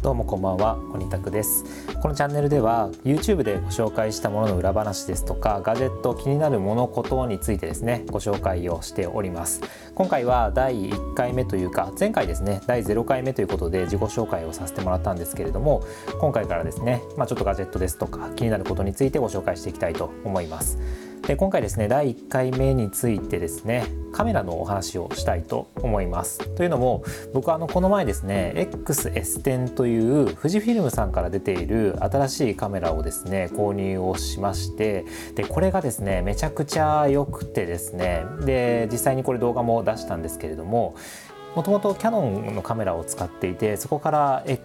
どうもこんばんは、コニタクです。このチャンネルでは YouTube でご紹介したものの裏話ですとかガジェット、気になるものことについてですねご紹介をしております。今回は第1回目というか前回ですね第0回目ということで自己紹介をさせてもらったんですけれども、今回からですねちょっとガジェットですとか気になることについてご紹介していきたいと思います。で今回ですね第1回目についてですねカメラのお話をしたいと思います。というのも僕はこの前ですね XS10 という富士フィルムさんから出ている新しいカメラをですね購入をしまして、でこれがですねめちゃくちゃ良くてですね、で実際にこれ動画も出したんですけれども、もともとキヤノンのカメラを使っていて、そこから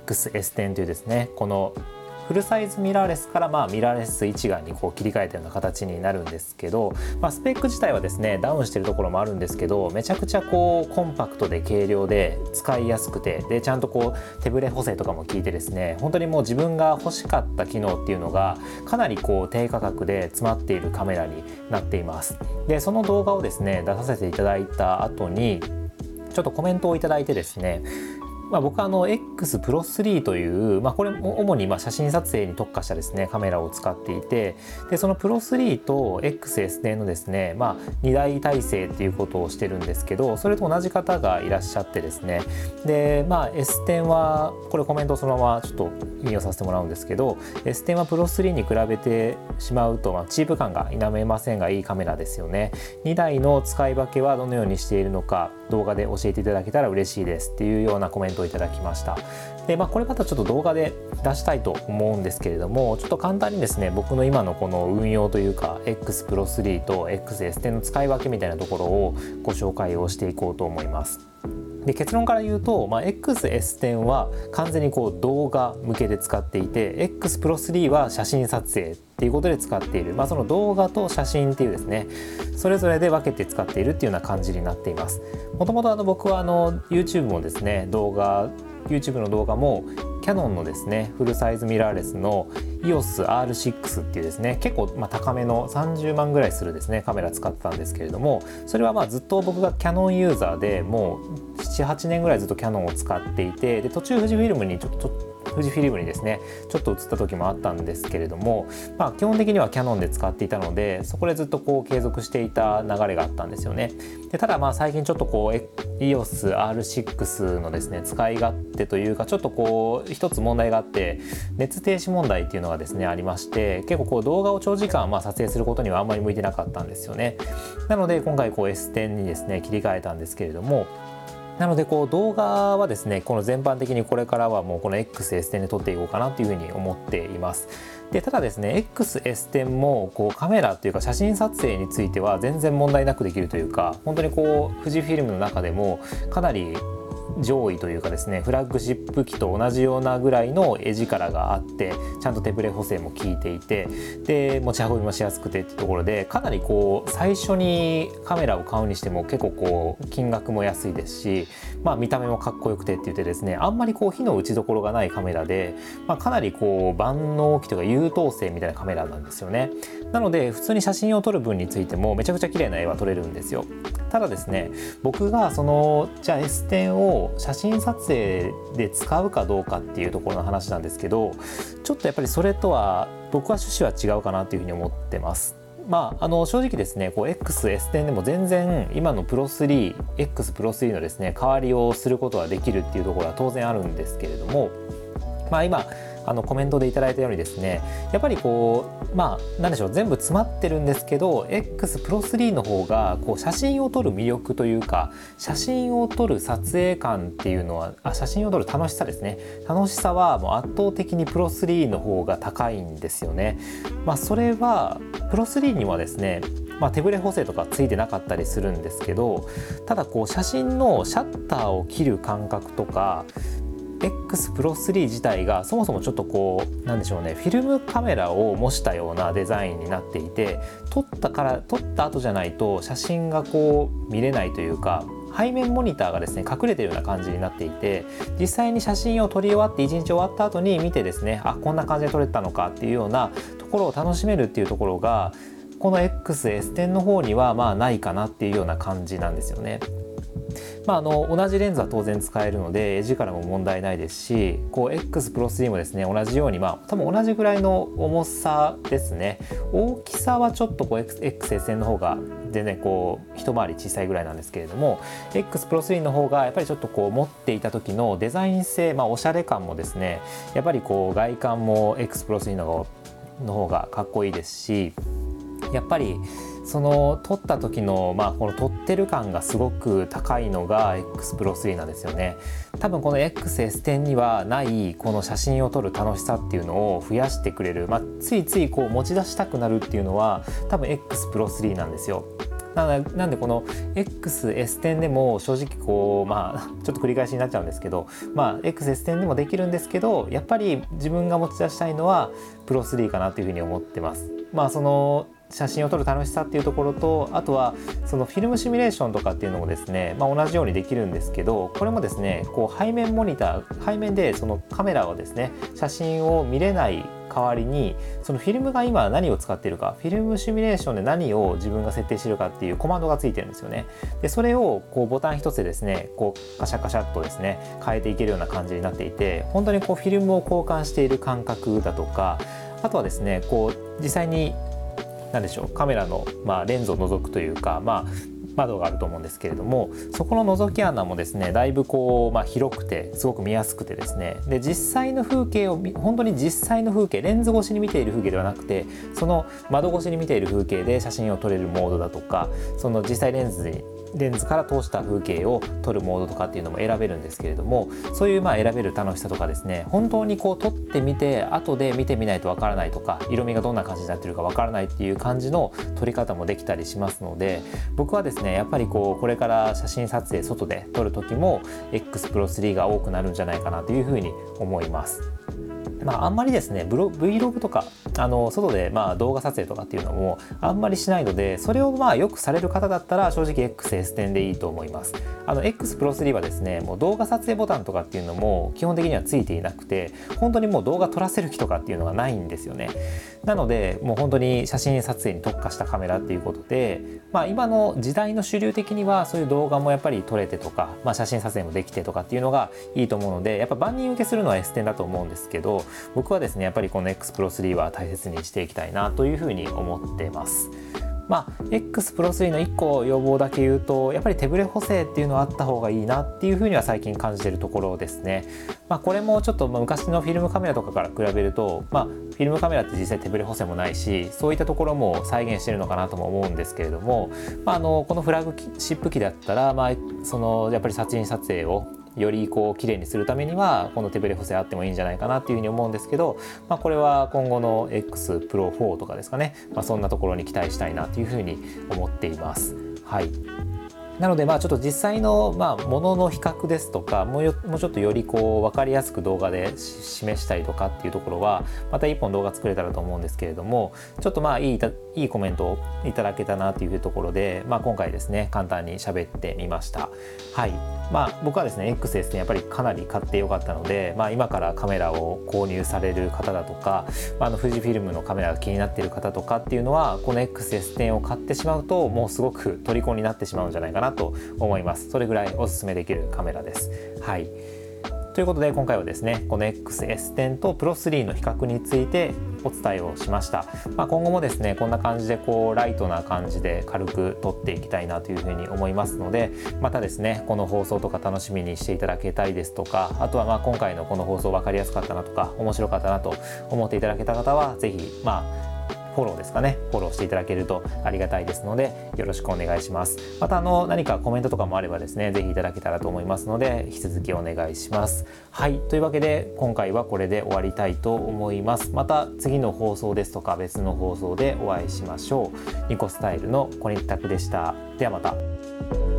XS10 というですねこのフルサイズミラーレスからミラーレス一眼に切り替えたような形になるんですけど、スペック自体はですねダウンしてるところもあるんですけど、めちゃくちゃコンパクトで軽量で使いやすくて、でちゃんと手ブレ補正とかも効いてですね、本当にもう自分が欲しかった機能っていうのがかなり低価格で詰まっているカメラになっています。でその動画をですね出させていただいた後にちょっとコメントをいただいてですね、僕はX Pro 3という、これも主に写真撮影に特化したですねカメラを使っていて、でその Pro 3と XS10 のですね2台体制っていうことをしてるんですけど、それと同じ方がいらっしゃってですね、でS10 はこれコメントをそのままちょっと引用させてもらうんですけど、 S10 は Pro 3に比べてしまうと、チープ感が否めませんがいいカメラですよね。2台の使い分けはどのようにしているのか動画で教えていただけたら嬉しいですっていうようなコメントをいただきました。でこれまたちょっと動画で出したいと思うんですけれども、ちょっと簡単にですね僕の今のこの運用というか X Pro 3と XS10 の使い分けみたいなところをご紹介をしていこうと思います。で結論から言うと、XS10 は完全に動画向けで使っていて、 X Pro 3は写真撮影っていうことで使っている、その動画と写真っていうですねそれぞれで分けて使っているっていうような感じになっています。もともと僕はYouTube もですねYouTube の動画もキヤノンのですねフルサイズミラーレスの EOS R6 っていうですね結構高めの30万ぐらいするですねカメラ使ってたんですけれども、それはずっと僕がキヤノンユーザーでもう 7,8 年ぐらいずっとキヤノンを使っていて、で途中富士フィルムにですねちょっと映った時もあったんですけれども、基本的にはキヤノンで使っていたので、そこでずっと継続していた流れがあったんですよね。でただ最近ちょっとEOS R6 のですね使い勝手というかちょっと一つ問題があって、熱停止問題っていうのがですねありまして、結構動画を長時間撮影することにはあんまり向いてなかったんですよね。なので今回S10 にですね切り替えたんですけれども、なので動画はですねこの全般的にこれからはもうこの XS10 で撮っていこうかなというふうに思っています。でただですね XS10 もカメラというか写真撮影については全然問題なくできるというか、本当に富士フィルムの中でもかなり上位というかですねフラッグシップ機と同じようなぐらいの絵力があって、ちゃんと手ブレ補正も効いていて、で持ち運びもしやすくてっていうところで、かなり最初にカメラを買うにしても結構金額も安いですし、見た目もかっこよくてって言ってですね、あんまり火の打ちどころがないカメラで、かなり万能機というか優等生みたいなカメラなんですよね。なので普通に写真を撮る分についてもめちゃくちゃ綺麗な絵は撮れるんですよ。ただですね僕がじゃあ S10 を写真撮影で使うかどうかっていうところの話なんですけど、ちょっとやっぱりそれとは僕は趣旨は違うかなというふうに思ってます。正直ですねXS10 でも全然今の X Pro 3のですね代わりをすることはできるっていうところは当然あるんですけれども、今コメントでいただいたようにですねやっぱりなんでしょう、全部詰まってるんですけど X Pro 3の方が写真を撮る魅力というか、写真を撮る撮影感っていうのは写真を撮る楽しさですね、楽しさはもう圧倒的に Pro 3の方が高いんですよね。それは Pro 3にはですね手ブレ補正とかついてなかったりするんですけど、ただ写真のシャッターを切る感覚とかX Pro 3自体がそもそもちょっとなんでしょうね、フィルムカメラを模したようなデザインになっていて、撮った後じゃないと写真が見れないというか、背面モニターがですね隠れてるような感じになっていて、実際に写真を撮り終わって1日終わった後に見てですね、こんな感じで撮れたのかっていうようなところを楽しめるっていうところがこの XS10 の方にはないかなっていうような感じなんですよね。 同じレンズは当然使えるので絵力も問題ないですし、X Pro 3もですね同じように多分同じぐらいの重さですね。大きさはちょっとXSN の方が全然一回り小さいぐらいなんですけれども、 X Pro 3の方がやっぱりちょっと持っていた時のデザイン性、おしゃれ感もですね、やっぱり外観も X Pro 3の方がかっこいいですし、やっぱりその撮った時の、この撮ってる感がすごく高いのが X Pro 3なんですよね。多分この XS10 にはないこの写真を撮る楽しさっていうのを増やしてくれる、ついつい持ち出したくなるっていうのは多分 X Pro 3なんですよ。なんでこの XS10 でも正直ちょっと繰り返しになっちゃうんですけど、XS10 でもできるんですけど、やっぱり自分が持ち出したいのは Pro 3かなというふうに思ってます。その写真を撮る楽しさっていうところと、あとはそのフィルムシミュレーションとかっていうのもですね、同じようにできるんですけど、これもですね背面モニター、背面でそのカメラをですね写真を見れない代わりに、そのフィルムが今何を使っているか、フィルムシミュレーションで何を自分が設定しているかっていうコマンドがついてるんですよね。でそれをボタン一つでですねカシャカシャっとですね変えていけるような感じになっていて、本当にフィルムを交換している感覚だとか、あとはですね実際に何でしょう、カメラのレンズを覗くというか、窓があると思うんですけれども、そこの覗き穴もですねだいぶ広くてすごく見やすくてですね、で実際の風景を本当に実際の風景、レンズ越しに見ている風景ではなくて、その窓越しに見ている風景で写真を撮れるモードだとか、その実際レンズから通した風景を撮るモードとかっていうのも選べるんですけれども、そういう選べる楽しさとかですね、本当に撮ってみて後で見てみないとわからないとか、色味がどんな感じになってるかわからないっていう感じの撮り方もできたりしますので、僕はですねやっぱりこれから写真撮影外で撮る時も X Pro 3が多くなるんじゃないかなというふうに思います。あんまりですねVlog とか外で動画撮影とかっていうのもあんまりしないので、それをよくされる方だったら正直 XS10 でいいと思います。X Pro 3はですねもう動画撮影ボタンとかっていうのも基本的にはついていなくて、本当にもう動画撮らせる気とかっていうのがないんですよね。なのでもう本当に写真撮影に特化したカメラっていうことで、今の時代の主流的にはそういう動画もやっぱり撮れてとか、写真撮影もできてとかっていうのがいいと思うので、やっぱ万人受けするのは S10 だと思うんですけど、僕はですねやっぱりこの X Pro 3は大切にしていきたいなというふうに思ってます。X Pro 3の1個要望だけ言うと、やっぱり手ブレ補正っていうのはあった方がいいなっていうふうには最近感じているところですね。これもちょっと昔のフィルムカメラとかから比べると、フィルムカメラって実際手ブレ補正もないし、そういったところも再現しているのかなとも思うんですけれども、このフラグシップ機だったら、やっぱり撮影をより綺麗にするためにはこの手ブレ補正あってもいいんじゃないかなっていうふうに思うんですけど、これは今後の X Pro 4とかですかね、そんなところに期待したいなというふうに思っています。はい。なのでちょっと実際のものの比較ですとか、もうちょっとより分かりやすく動画で示したりとかっていうところはまた一本動画作れたらと思うんですけれども、ちょっといいコメントをいただけたなというところで、今回ですね簡単に喋ってみました。はい。僕はですね XS ねやっぱりかなり買ってよかったので、今からカメラを購入される方だとか、富士フィルムのカメラが気になっている方とかっていうのは、この XS10 を買ってしまうともうすごく虜になってしまうんじゃないかなと思います。それぐらいおすすめできるカメラです。はい。ということで今回はですねこの XS10 と Pro3 の比較についてお伝えをしました。今後もですねこんな感じでライトな感じで軽く撮っていきたいなというふうに思いますので、またですねこの放送とか楽しみにしていただけたいですとか、あとは今回のこの放送分かりやすかったなとか面白かったなと思っていただけた方は是非フォローですかね、フォローしていただけるとありがたいですのでよろしくお願いします。また何かコメントとかもあればですねぜひいただけたらと思いますので引き続きお願いします。はい、というわけで今回はこれで終わりたいと思います。また次の放送ですとか別の放送でお会いしましょう。ニコスタイルのコニタクでした。ではまた。